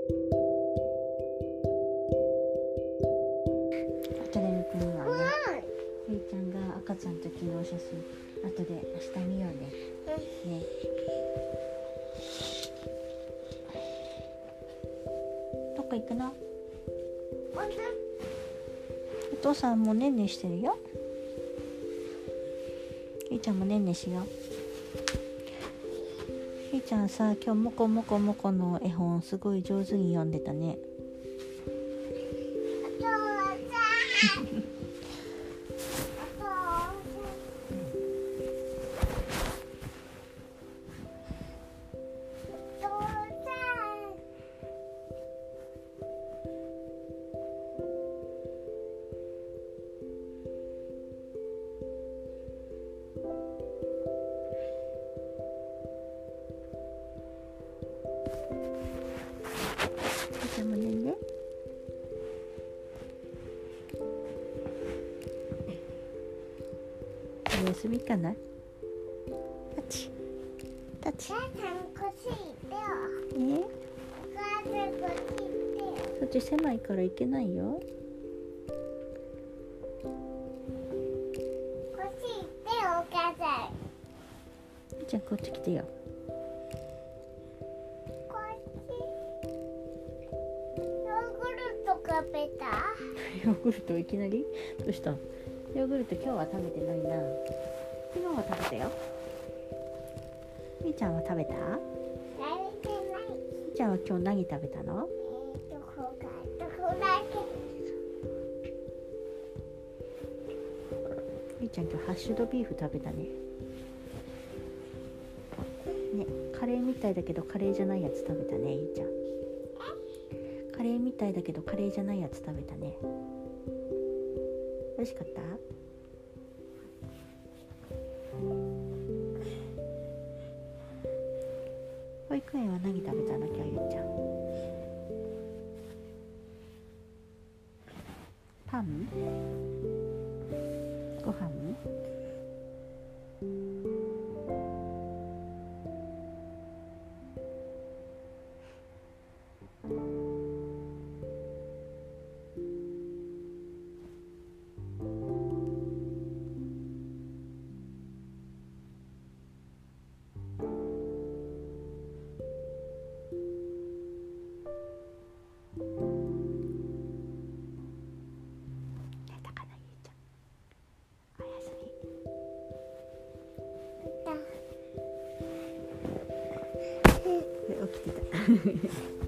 後で見てみようね。ゆいちゃんが赤ちゃんの時のお写真、後で明日見ようね。ね。どっか行くの？お父さんもねんねしてるよ。ゆいちゃんもねんねしよう。ゆいちゃんさ、今日もこもこもこの絵本すごい上手に読んでたね。ゆいちゃんもねんね。お休みかな。タッチタッチ。そっち狭いから行けないよ。じゃあこっち来てよ。ヨーグルトいきなり？どうした？ヨーグルト今日は食べてないな。昨日は食べたよ。みーちゃんは食べた？みーちゃんは今日何食べたの？みーちゃん今日ハッシュドビーフ食べたね。ね、カレーみたいだけどカレーじゃないやつ食べたね、ゆいちゃん。カレーみたいだけどカレーじゃないやつ食べたね。美味しかった？保育園は何食べたの今日、ゆいちゃん？パン？ご飯？寝たかな、ゆいちゃん。おやすみ。起きてた。